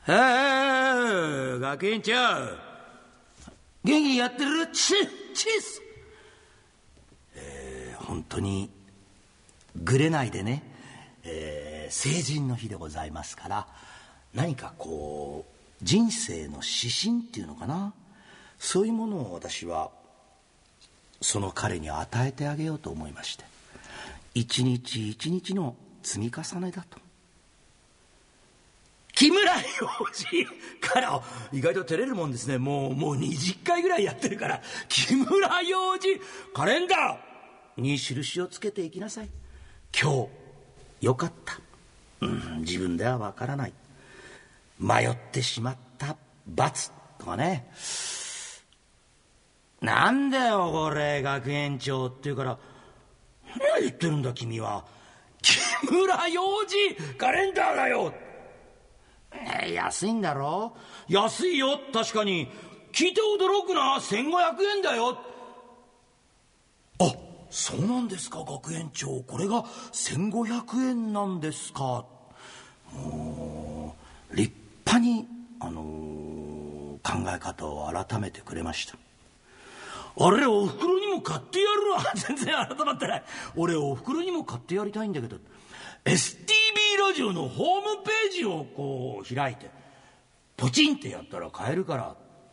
学園長元気にやってる？チス、本当にぐれないでね、成人の日でございますから、何かこう人生の指針っていうのかな、そういうものを私はその彼に与えてあげようと思いまして、一日一日の積み重ねだと。木村洋二から意外と照れるもんですね。もう20回ぐらいやってるから、木村洋二カレンダーに印をつけていきなさい。今日よかった、自分ではわからない、迷ってしまった罰とかね。なんだよこれ学園長って言うから、何言ってるんだ君は。木村洋二カレンダーだよ。安いんだろ。安いよ、確かに。聞いて驚くな、1500円だよ。あ、そうなんですか学園長、これが1500円なんですか。もう立派に、考え方を改めてくれました。あれおふくろにも買ってやるわ。全然改まってない。俺おふくろにも買ってやりたいんだけど、 STB ラジオのホームページをこう開いてポチンってやったら買えるから、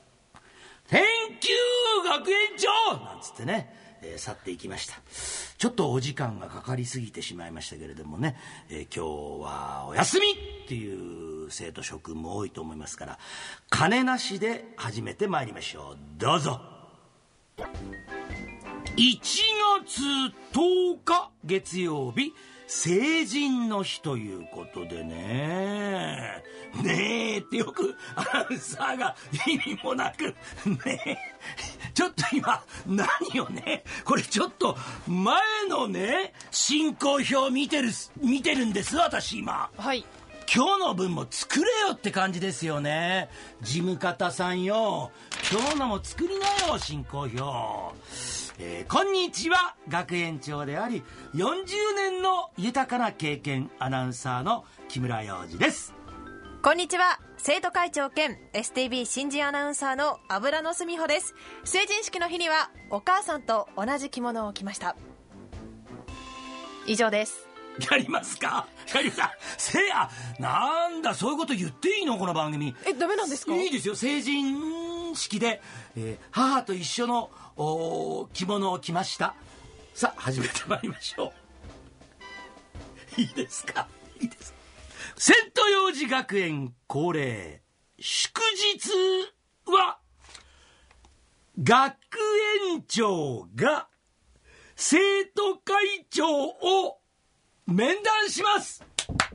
Thank you 学園長なんつってね、去っていきました。ちょっとお時間がかかりすぎてしまいましたけれどもね、今日はお休みっていう生徒諸君も多いと思いますから、金なしで始めてまいりましょう。どうぞ。1月10日月曜日、成人の日ということでね。ねえってよくアナウンサーが意味もなくねえ、ちょっと今何をね、これちょっと前のね進行表見てるんです私今。はい。今日の分も作れよって感じですよね。事務方さんよ、今日のも作りなよ進行表。こんにちは、学園長であり40年の豊かな経験アナウンサーの木村洋二です。 こんにちは、生徒会長兼 STB 新人アナウンサーの油野澄穂です。成人式の日にはお母さんと同じ着物を着ました。以上です。 やりますか。やりますか。せや、なんだそういうこと言っていいのこの番組。 ダメなんですか。 いいですよ、成人式で、母と一緒の着物を着ました。さあ始めてまいりましょう。いいですか。いいです。セント幼児学園恒例祝日は、学園長が生徒会長を面談します。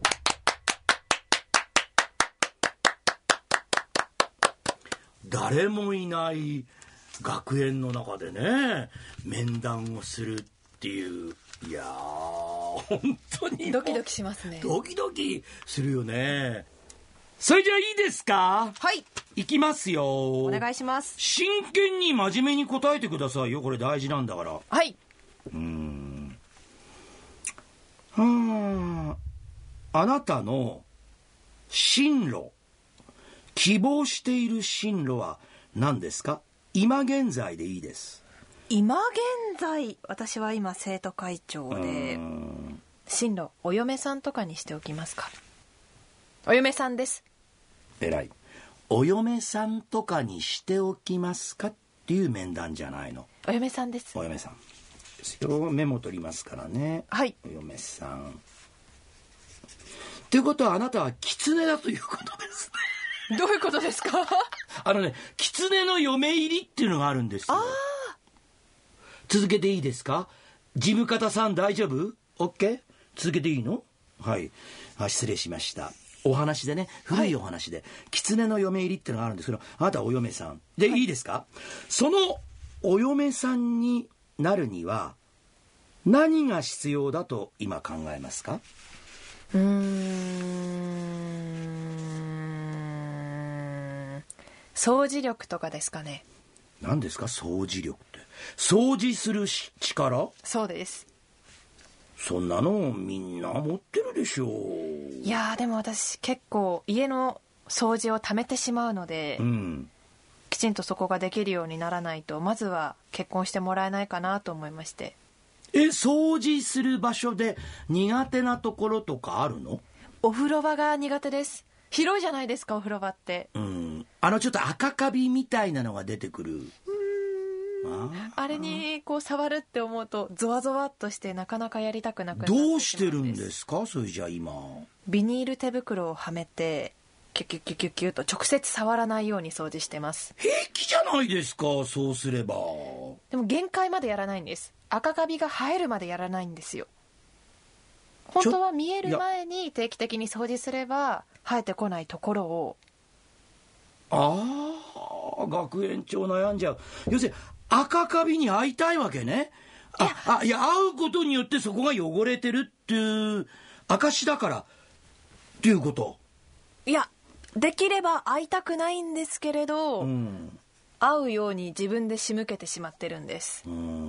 誰もいない学園の中でね面談をするっていう、いやー本当にドキドキしますね。 ドキドキするよね。それじゃあいいですか。 はい、 いきますよ。 お願いします。 真剣に真面目に答えてくださいよ、これ大事なんだから。 はい。 あなたの進路、希望している進路は何ですか。今現在でいいです。 今現在、私は今生徒会長で、進路お嫁さんとかにしておきますか。お嫁さんです。 偉い。お嫁さんとかにしておきますかっていう面談じゃないの。 お嫁さんです。 お嫁さんですよ。メモ取りますからね。 はい。 お嫁さんということは、あなたは狐だということですね。どういうことですか。 狐の嫁入りっていうのがあるんですよ。続けていいですか。事務方さん大丈夫？ OK？ 続けていいの？はい。失礼しました。お話でね、古いお話で、狐の嫁入りっていうのがあるんですけど、あなたはお嫁さんで、いいですか。そのお嫁さんになるには何が必要だと今考えますか。 掃除力とかですかね。 何ですか掃除力って。掃除する力。 そうです。 そんなのみんな持ってるでしょう。 いやでも私結構家の掃除を溜めてしまうので、 うん、 きちんとそこができるようにならないとまずは結婚してもらえないかなと思いまして。 掃除する場所で苦手なところとかあるの？ お風呂場が苦手です。広いじゃないですか、お風呂場って。 ちょっと赤カビみたいなのが出てくる。 あれにこう触るって思うとゾワゾワっとしてなかなかやりたくなくなってしまうんです。 どうしてるんですか、それじゃあ今。 ビニール手袋をはめてキュキュキュキュキュと直接触らないように掃除してます。 平気じゃないですか、そうすれば。 でも限界までやらないんです。赤カビが生えるまでやらないんですよ。本当は見える前に定期的に掃除すれば生えてこないところを。 学園長悩んじゃう。要するに赤カビに会いたいわけね。いや会うことによってそこが汚れてるっていう証だからっていうこと。 いや、できれば会いたくないんですけれど、会うように自分で仕向けてしまってるんです。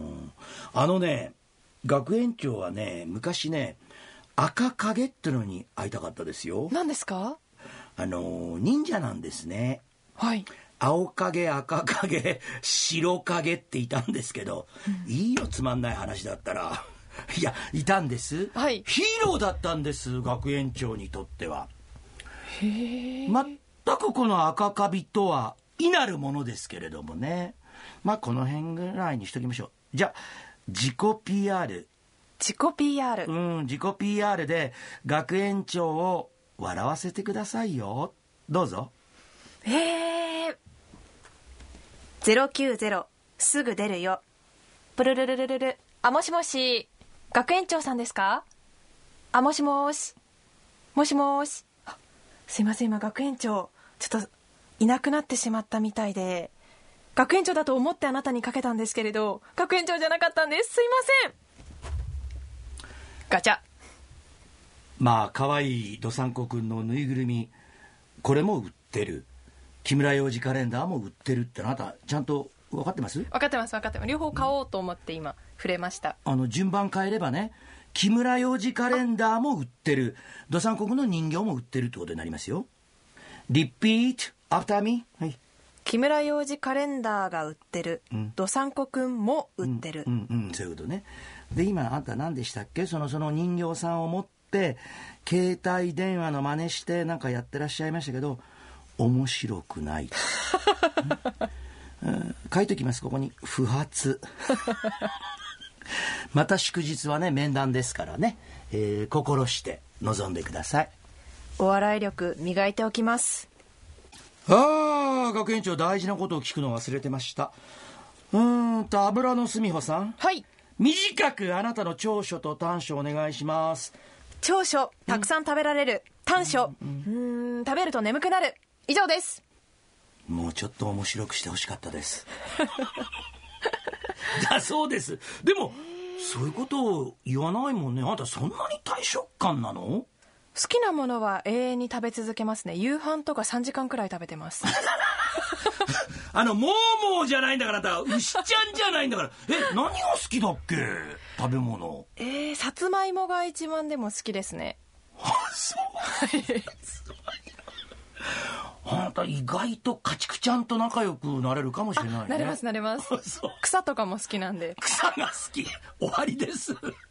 学園長はね、昔ね、赤影ってのに会いたかったですよ。 何ですか？ 忍者なんですね。 はい。 青影、赤影、白影っていたんですけど、いいよ、つまんない話だったら。いや、いたんです、 はい、 ヒーローだったんです、学園長にとっては。全くこの赤カビとは異なるものですけれどもね。この辺ぐらいにしときましょう。じゃあ自己 PR。 自己 PR。 自己 PR で学園長を笑わせてくださいよ。どうぞ。 090すぐ出るよ。プルルルルルル。もしもし、学園長さんですか？もしもし、もしもし。すいません、今学園長ちょっといなくなってしまったみたいで、学園長だと思ってあなたにかけたんですけれど、学園長じゃなかったんです。すいません。ガチャ。 可愛いどさんこくんのぬいぐるみ、これも売ってる。木村洋二カレンダーも売ってるって、あなたちゃんと分かってます？ 分かってます。両方買おうと思って今触れました。 順番変えればね、木村洋二カレンダーも売ってる、どさんこくんの人形も売ってるってことになりますよ。Repeat after me。 はい。 木村洋二カレンダーが売ってる、どさんこくんも売ってる。 そういうことね。で、今あんた何でしたっけ、その人形さんを持って携帯電話の真似してなんかやってらっしゃいましたけど、面白くない。書いておきます、ここに。不発。また祝日はね、面談ですからね、心して臨んでください。 お笑い力磨いておきます。 学園長、大事なことを聞くの忘れてました。油のすみほさん。 はい。 短くあなたの長所と短所お願いします。 長所、たくさん食べられる。短所、食べると眠くなる。以上です。 もうちょっと面白くしてほしかったです。だそうです。でもそういうことを言わないもんね。あんたそんなに大食漢なの？ 好きなものは永遠に食べ続けますね。夕飯とか3時間くらい食べてます。 モーモーじゃないんだから、牛ちゃんじゃないんだから。何が好きだっけ、食べ物。 さつまいもが一番でも好きですね。 そうあなた意外と家畜ちゃんと仲良くなれるかもしれないね。 なれます。草とかも好きなんで。 草が好き、終わりです。